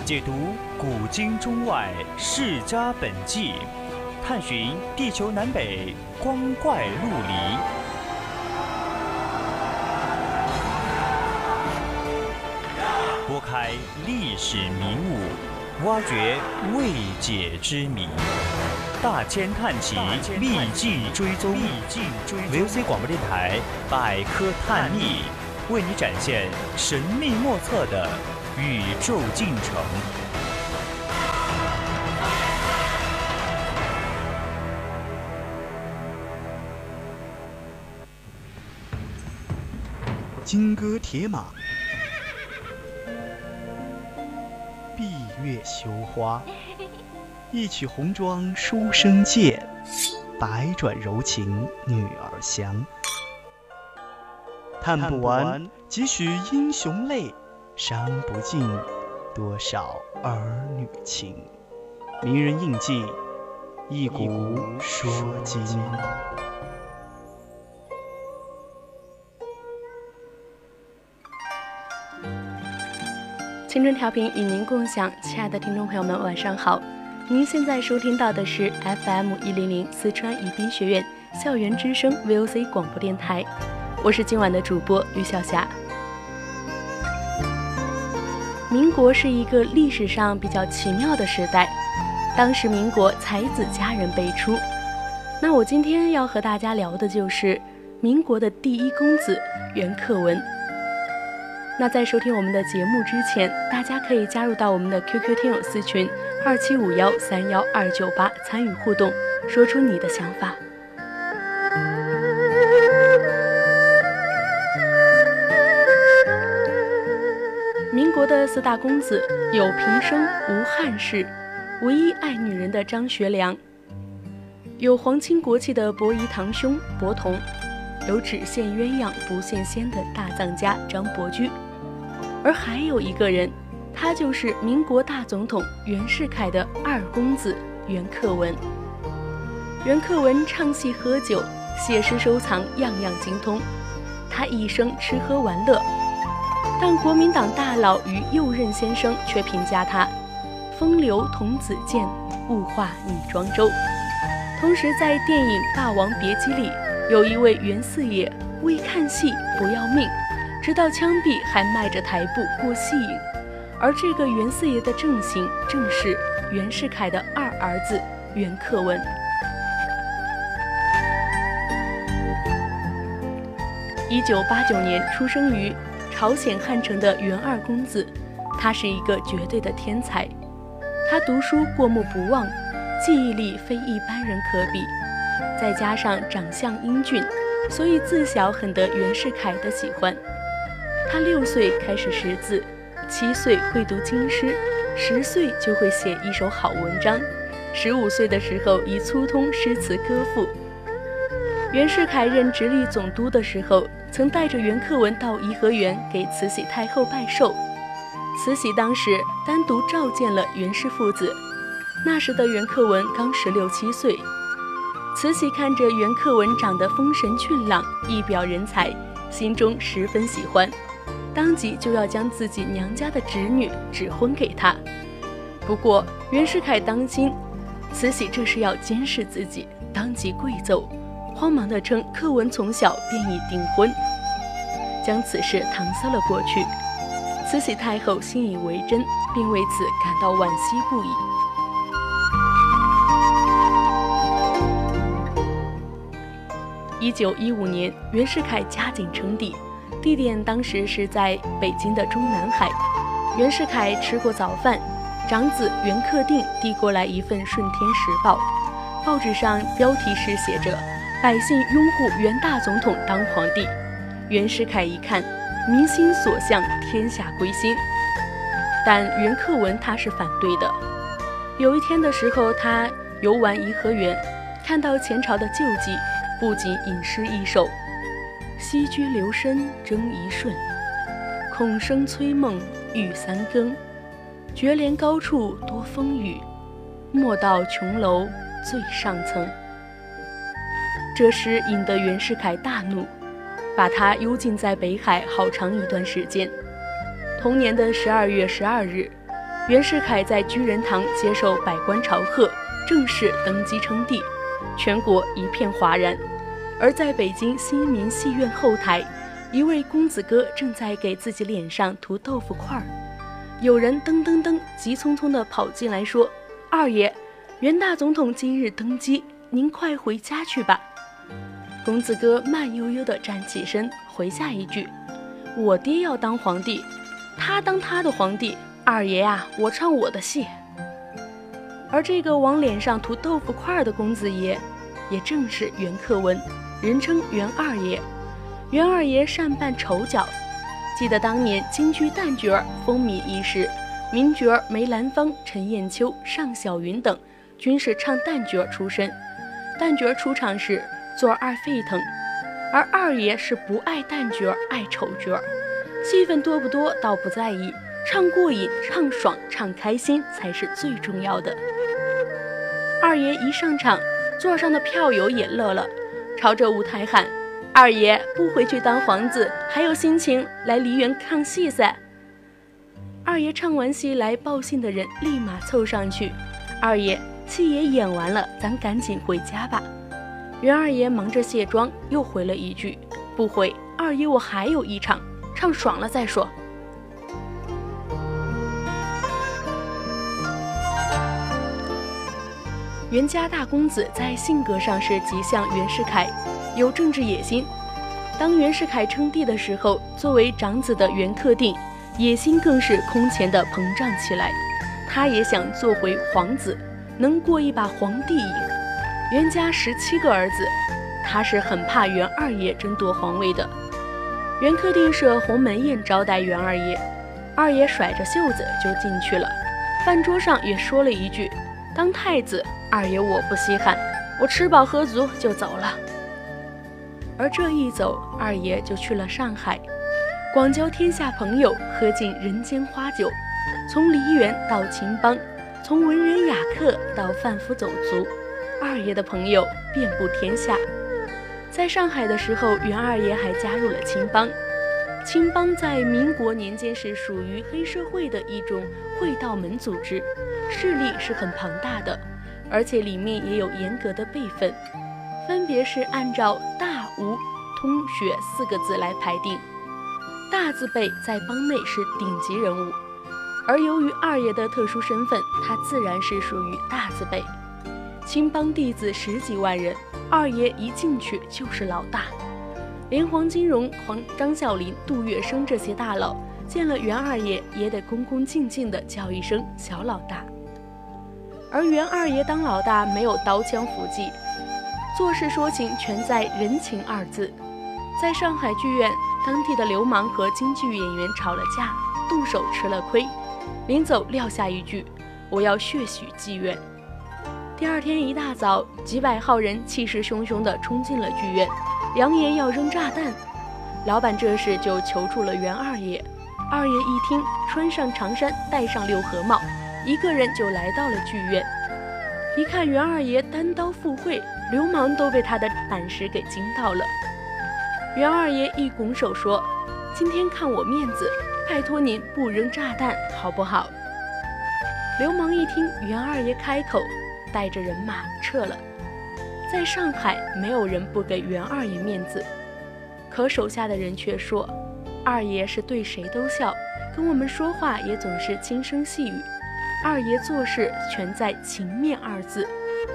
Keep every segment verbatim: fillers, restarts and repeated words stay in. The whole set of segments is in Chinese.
解读古今中外世家本纪，探寻地球南北光怪陆离。拨开历史迷雾，挖掘未解之谜。大千探奇，秘境追踪。V O C 广播电台百科探秘，为你展现神秘莫测的宇宙进程。 金戈铁马，闭月羞花，一曲红妆书生剑，百转柔情女儿香。叹不完几许英雄泪，伤不尽多少儿女情。名人印记，一古说今。 青春调频与您共享，亲爱的听众朋友们，晚上好！您现在收听到的是 F M 一零零四川宜宾学院校园之声 V O C 广播电台，我是今晚的主播于小霞。民国是一个历史上比较奇妙的时代，当时民国才子佳人辈出。那我今天要和大家聊的就是民国的第一公子袁克文。那在收听我们的节目之前，大家可以加入到我们的 Q Q 听友私群二七五幺三幺二九八参与互动，说出你的想法。民国的四大公子有平生无憾事，唯一爱女人的张学良，有皇亲国戚的伯夷堂兄伯同，有只羡鸳鸯不羡仙的大藏家张伯驹。而还有一个人，他就是民国大总统袁世凯的二公子袁克文。袁克文唱戏喝酒，写诗收藏，样样精通。他一生吃喝玩乐，但国民党大佬于右任先生却评价他风流童子剑，物化女庄周。同时在电影《霸王别姬》里，有一位袁四爷为看戏不要命，直到枪毙还迈着台步过戏瘾。而这个袁四爷的正行正是袁世凯的二儿子袁克文。一九八九年出生于朝鲜汉城的袁二公子，他是一个绝对的天才。他读书过目不忘，记忆力非一般人可比，再加上长相英俊，所以自小很得袁世凯的喜欢。他六岁开始识字，七岁会读经诗，十岁就会写一首好文章，十五岁的时候已粗通诗词歌赋。袁世凯任直隶总督的时候，曾带着袁克文到颐和园给慈禧太后拜寿。慈禧当时单独召见了袁氏父子，那时的袁克文刚十六七岁。慈禧看着袁克文长得风神俊朗，一表人才，心中十分喜欢，当即就要将自己娘家的侄女指婚给他。不过袁世凯当心慈禧这是要监视自己，当即跪奏，慌忙地称克文从小便已订婚，将此事搪塞了过去。慈禧太后信以为真，并为此感到惋惜不已。一九一五年，袁世凯加紧称帝，地点当时是在北京的中南海。袁世凯吃过早饭，长子袁克定递过来一份《顺天时报》，报纸上标题是写着百姓拥护袁大总统当皇帝。袁世凯一看，民心所向，天下归心。但袁克文他是反对的。有一天的时候，他游玩颐和园，看到前朝的旧迹，不仅吟诗一首：西居留声争一瞬，孔生催梦欲三更。绝帘高处多风雨，莫到琼楼最上层。这时引得袁世凯大怒，把他幽禁在北海好长一段时间。同年的十二月十二日， 袁世凯在居仁堂接受百官朝贺，正式登基称帝，全国一片哗然。而在北京新民戏院后台，一位公子哥正在给自己脸上涂豆腐块儿，有人噔噔噔急匆匆地跑进来说：“二爷，袁大总统今日登基，您快回家去吧。”公子哥慢悠悠地站起身，回下一句：“我爹要当皇帝，他当他的皇帝，二爷啊，我唱我的戏。”而这个往脸上涂豆腐块的公子爷，也正是袁克文，人称袁二爷。袁二爷善扮丑角，记得当年京剧旦角风靡一时，名角梅兰芳、陈燕秋、尚小云等均是唱旦角出身。旦角出场时座儿沸腾，而二爷是不爱旦角，爱丑角，戏份多不多倒不在意，唱过瘾、唱爽、唱开心才是最重要的。二爷一上场，座上的票友也乐了，朝着舞台喊：“二爷不回去当皇子，还有心情来梨园看戏噻。”二爷唱完戏来报信的人立马凑上去：“二爷，戏也演完了，咱赶紧回家吧。”袁二爷忙着卸妆，又回了一句：“不回，二爷我还有一场，唱爽了再说。”袁家大公子在性格上是极像袁世凯，有政治野心。当袁世凯称帝的时候，作为长子的袁克定野心更是空前的膨胀起来，他也想做回皇子，能过一把皇帝瘾。袁家十七个儿子，他是很怕袁二爷争夺皇位的。袁克定设鸿门宴招待袁二爷，二爷甩着袖子就进去了，饭桌上也说了一句：“当太子，二爷我不稀罕，我吃饱喝足就走了。”而这一走，二爷就去了上海，广交天下朋友，喝尽人间花酒，从梨园到秦邦，从文人雅客到贩夫走卒，二爷的朋友遍布天下。在上海的时候，袁二爷还加入了青帮。青帮在民国年间是属于黑社会的一种会道门组织，势力是很庞大的，而且里面也有严格的辈分，分别是按照大、吴、通、学四个字来排定。大字辈在帮内是顶级人物，而由于二爷的特殊身份，他自然是属于大字辈。青帮弟子十几万人，二爷一进去就是老大，连黄金荣、黄张啸林、杜月笙这些大佬见了袁二爷也得恭恭敬敬地叫一声小老大。而袁二爷当老大没有刀枪斧戟，做事说情全在人情二字。在上海剧院，当地的流氓和京剧演员吵了架，动手吃了亏，临走撂下一句：“我要血许妓院。”第二天一大早，几百号人气势汹汹地冲进了剧院，扬言要扔炸弹。老板这时就求助了袁二爷。二爷一听，穿上长衫，戴上六合帽，一个人就来到了剧院。一看袁二爷单刀赴会，流氓都被他的胆识给惊到了。袁二爷一拱手说：“今天看我面子，拜托您不扔炸弹好不好？”流氓一听袁二爷开口，带着人马撤了。在上海，没有人不给袁二爷面子，可手下的人却说：“二爷是对谁都笑，跟我们说话也总是轻声细语，二爷做事全在情面二字。”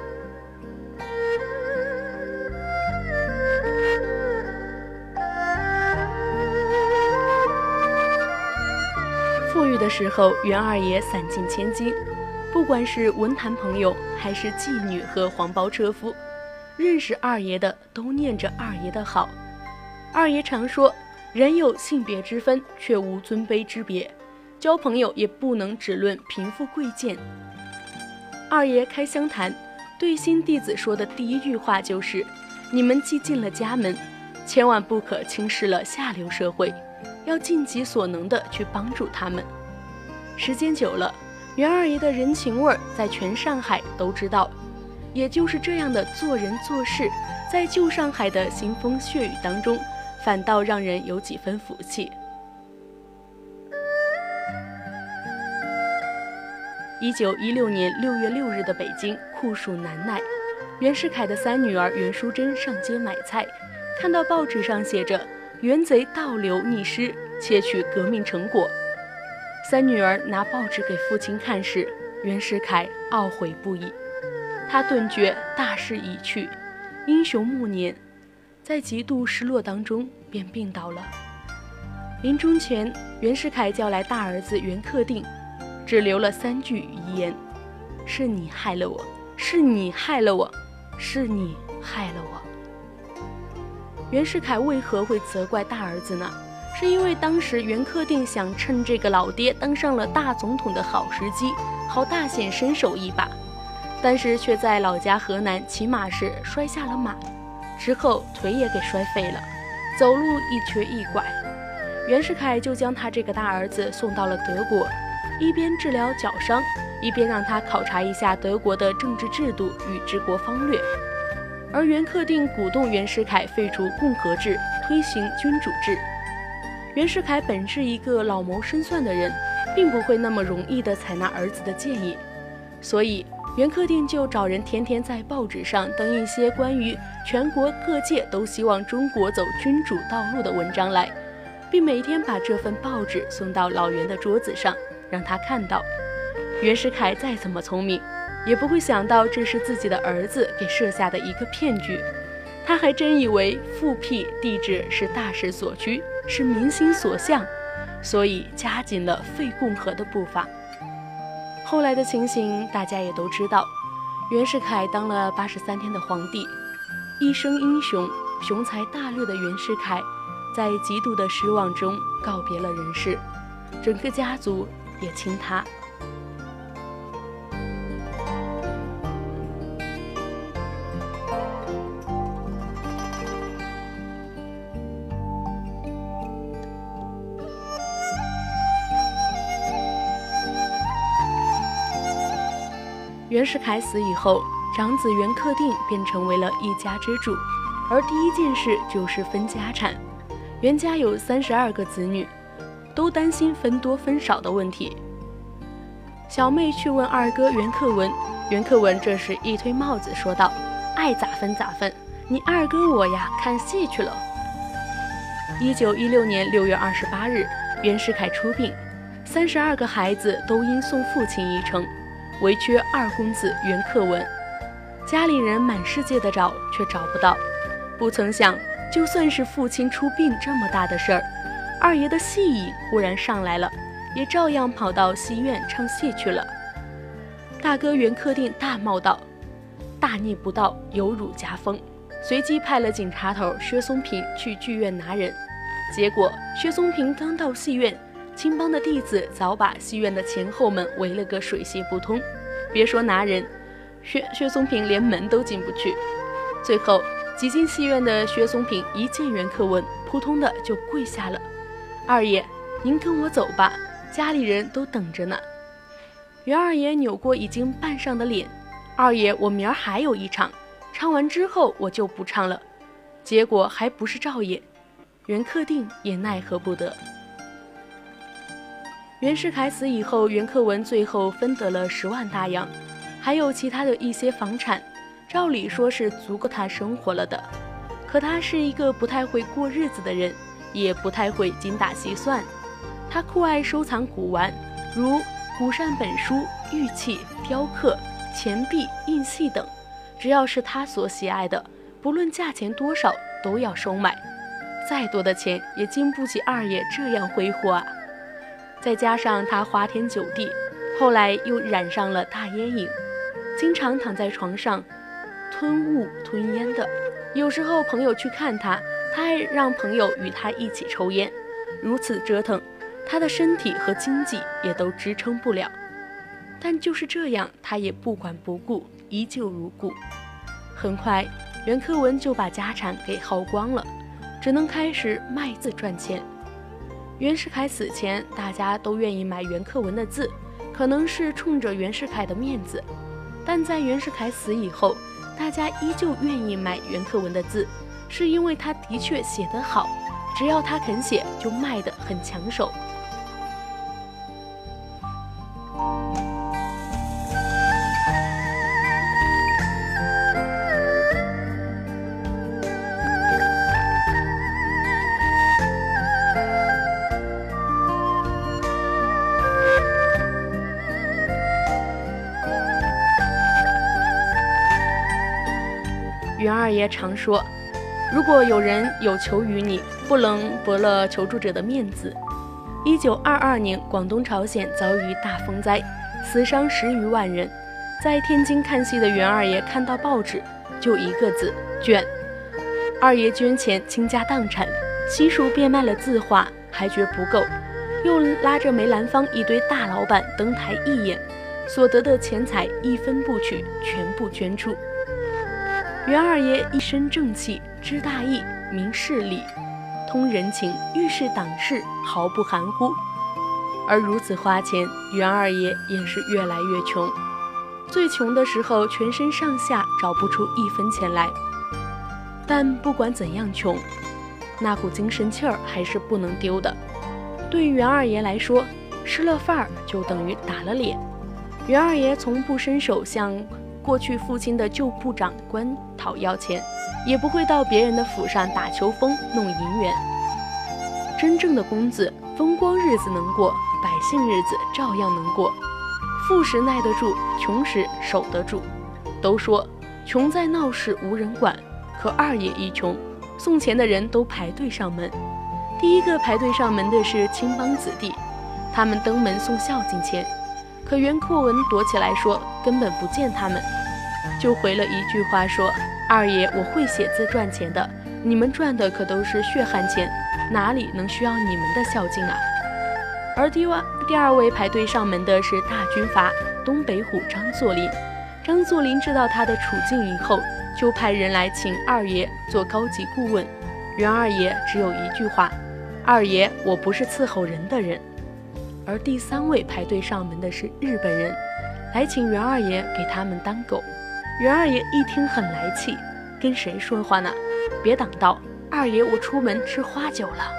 富裕的时候，袁二爷散尽千金，不管是文坛朋友还是妓女和黄包车夫，认识二爷的都念着二爷的好。二爷常说，人有性别之分，却无尊卑之别，交朋友也不能只论贫富贵贱。二爷开湘潭，对新弟子说的第一句话就是：你们既进了家门，千万不可轻视了下流社会，要尽己所能的去帮助他们。时间久了，袁二爷的人情味在全上海都知道，也就是这样的做人做事，在旧上海的腥风血雨当中，反倒让人有几分福气。 一九一六年六月六日的北京酷暑难耐，袁世凯的三女儿袁淑珍上街买菜，看到报纸上写着袁贼盗流逆施，窃取革命成果。三女儿拿报纸给父亲看时，袁世凯懊悔不已，他顿觉大势已去，英雄暮年，在极度失落当中便病倒了。临终前，袁世凯叫来大儿子袁克定，只留了三句遗言：是你害了我，是你害了我，是你害了我。袁世凯为何会责怪大儿子呢？是因为当时袁克定想趁这个老爹当上了大总统的好时机，好大显身手一把，但是却在老家河南骑马时摔下了马，之后腿也给摔废了，走路一瘸一拐。袁世凯就将他这个大儿子送到了德国，一边治疗脚伤，一边让他考察一下德国的政治制度与治国方略。而袁克定鼓动袁世凯废除共和制，推行君主制。袁世凯本是一个老谋深算的人，并不会那么容易地采纳儿子的建议，所以袁克定就找人天天在报纸上登一些关于全国各界都希望中国走君主道路的文章来，并每天把这份报纸送到老袁的桌子上，让他看到。袁世凯再怎么聪明，也不会想到这是自己的儿子给设下的一个骗局。他还真以为复辟帝制是大势所趋，是民心所向，所以加紧了废共和的步伐。后来的情形大家也都知道，袁世凯当了八十三天的皇帝，一生英雄，雄才大略的袁世凯在极度的失望中告别了人世，整个家族也倾塌。袁世凯死以后，长子袁克定便成为了一家之主，而第一件事就是分家产。袁家有三十二个子女，都担心分多分少的问题。小妹去问二哥袁克文，袁克文这时一推帽子说道：“爱咋分咋分，你二哥我呀看戏去了。”一九一六年六月二十八日，袁世凯出殡，三十二个孩子都因送父亲一程，唯缺二公子袁克文。家里人满世界的找，却找不到。不曾想，就算是父亲出殡这么大的事儿，二爷的戏瘾忽然上来了，也照样跑到戏院唱戏去了。大哥袁克定大骂道：“大逆不道，有辱家风！”随即派了警察头薛松平去剧院拿人。结果薛松平刚到戏院，青帮的弟子早把戏院的前后门围了个水泄不通，别说拿人，薛薛松平连门都进不去。最后挤进戏院的薛松平一见袁克文，扑通的就跪下了：“二爷，您跟我走吧，家里人都等着呢。”袁二爷扭过已经半上的脸：“二爷，我明儿还有一场，唱完之后我就不唱了。”结果还不是照演，袁克定也奈何不得。袁世凯死以后，袁克文最后分得了十万大洋，还有其他的一些房产，照理说是足够他生活了的。可他是一个不太会过日子的人，也不太会精打细算。他酷爱收藏古玩，如古善本书、玉器、雕刻、钱币、印器等，只要是他所喜爱的，不论价钱多少都要收买。再多的钱也经不起二爷这样挥霍啊！再加上他花天酒地，后来又染上了大烟瘾，经常躺在床上吞雾吞烟的。有时候朋友去看他，他还让朋友与他一起抽烟。如此折腾，他的身体和经济也都支撑不了。但就是这样，他也不管不顾，依旧如故。很快，袁克文就把家产给耗光了，只能开始卖字赚钱。袁世凯死前，大家都愿意买袁克文的字，可能是冲着袁世凯的面子。但在袁世凯死以后，大家依旧愿意买袁克文的字，是因为他的确写得好，只要他肯写，就卖得很抢手。 袁二爷常说，如果有人有求于你，不能驳了求助者的面子。一九二二年，广东朝鲜遭遇大风灾，死伤十余万人。在天津看戏的袁二爷看到报纸，就一个字：捐。二爷捐钱倾家荡产，悉数变卖了字画，还觉不够，又拉着梅兰芳一堆大老板登台义演，所得的钱财一分不取，全部捐出。袁二爷一身正气，知大义，明事理，通人情，遇事党事，毫不含糊。而如此花钱，袁二爷也是越来越穷。最穷的时候，全身上下找不出一分钱来。但不管怎样穷，那股精神气儿还是不能丢的。对于袁二爷来说，失了范儿就等于打了脸。袁二爷从不伸手向过去父亲的旧部长官讨要钱，也不会到别人的府上打秋风弄银元。真正的公子，风光日子能过，百姓日子照样能过。富时耐得住，穷时守得住。都说穷在闹市无人管，可二爷一穷，送钱的人都排队上门。第一个排队上门的是青帮子弟，他们登门送孝敬钱，可袁克文躲起来说根本不见他们，就回了一句话说，二爷我会写字赚钱的，你们赚的可都是血汗钱，哪里能需要你们的孝敬啊。而第二第二位排队上门的是大军阀东北虎张作霖。张作霖知道他的处境以后，就派人来请二爷做高级顾问。袁二爷只有一句话，二爷我不是伺候人的人。而第三位排队上门的是日本人，来请袁二爷给他们当狗。袁二爷一听很来气，跟谁说话呢？别挡道，二爷我出门吃花酒了。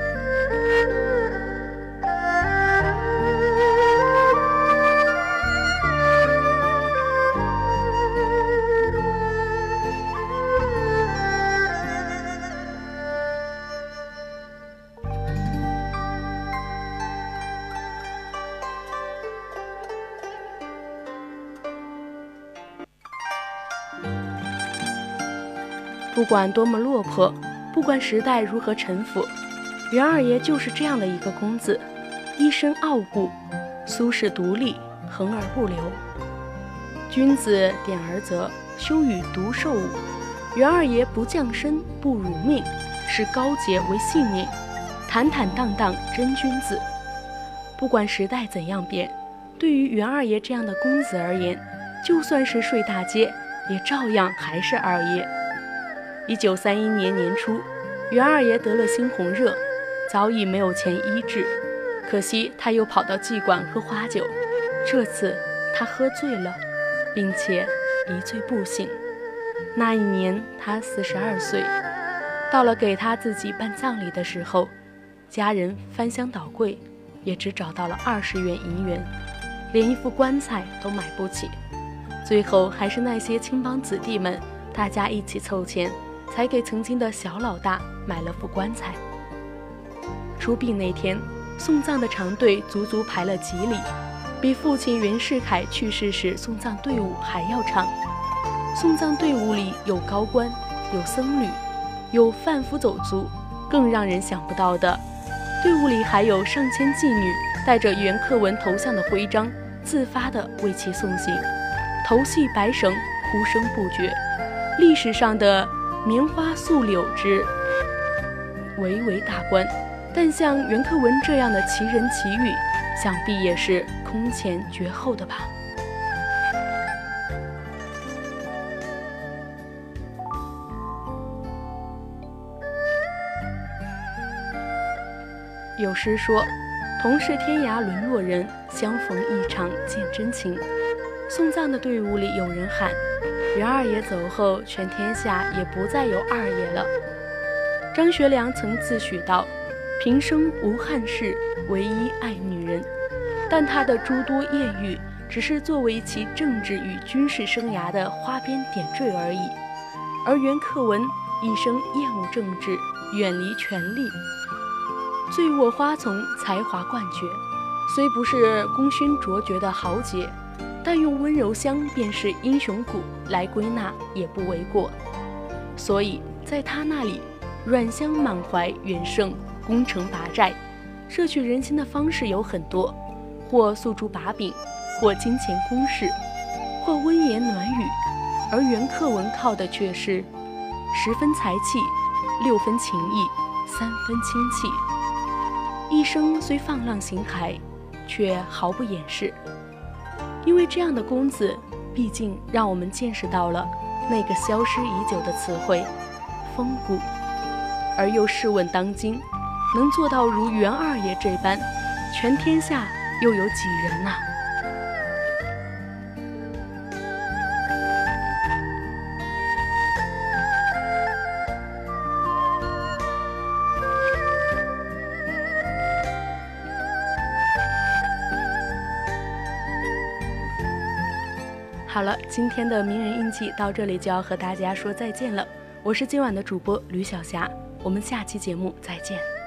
不管多么落魄，不管时代如何沉浮，袁二爷就是这样的一个公子，一身傲骨，苏轼独立，恒而不流。君子典而泽，休与独受侮。袁二爷不降身，不辱命，视高洁为信命，坦坦荡荡真君子。不管时代怎样变，对于袁二爷这样的公子而言，就算是睡大街，也照样还是二爷。一九三一年年初，袁二爷得了猩红热，早已没有钱医治，可惜他又跑到妓馆喝花酒，这次他喝醉了，并且一醉不醒。那一年他四十二岁，到了给他自己办葬礼的时候，家人翻箱倒柜，也只找到了二十元银元，连一副棺材都买不起。最后还是那些青帮子弟们，大家一起凑钱，才给曾经的小老大买了副棺材。出殡那天，送葬的长队足足排了几里，比父亲袁世凯去世时送葬队伍还要长。送葬队伍里有高官，有僧侣，有贩夫走卒，更让人想不到的，队伍里还有上千妓女带着袁克文头像的徽章，自发地为其送行，头系白绳，呼声不绝。历史上的棉花素柳之巍巍大观，但像袁克文这样的奇人奇遇，想必也是空前绝后的吧。有诗说，同是天涯沦落人，相逢一场见真情。送葬的队伍里有人喊，袁二爷走后，全天下也不再有二爷了。张学良曾自诩道，平生无憾事，唯一爱女人。但他的诸多艳遇，只是作为其政治与军事生涯的花边点缀而已。而袁克文一生厌恶政治，远离权力，醉卧花丛，才华冠绝。虽不是功勋卓绝的豪杰，但用温柔乡便是英雄骨来归纳也不为过。 所以在他那里，软香满怀远胜，攻城拔寨，摄取人心的方式有很多，或诉诸把柄，或金钱攻势，或温言暖语，而袁克文靠的却是十分才气，六分情义，三分亲气。一生虽放浪形骸，却毫不掩饰。因为这样的公子，毕竟让我们见识到了那个消失已久的词汇风骨。而又试问当今，能做到如袁二爷这般，全天下又有几人啊？好了，今天的名人印记到这里就要和大家说再见了。我是今晚的主播吕晓霞，我们下期节目再见。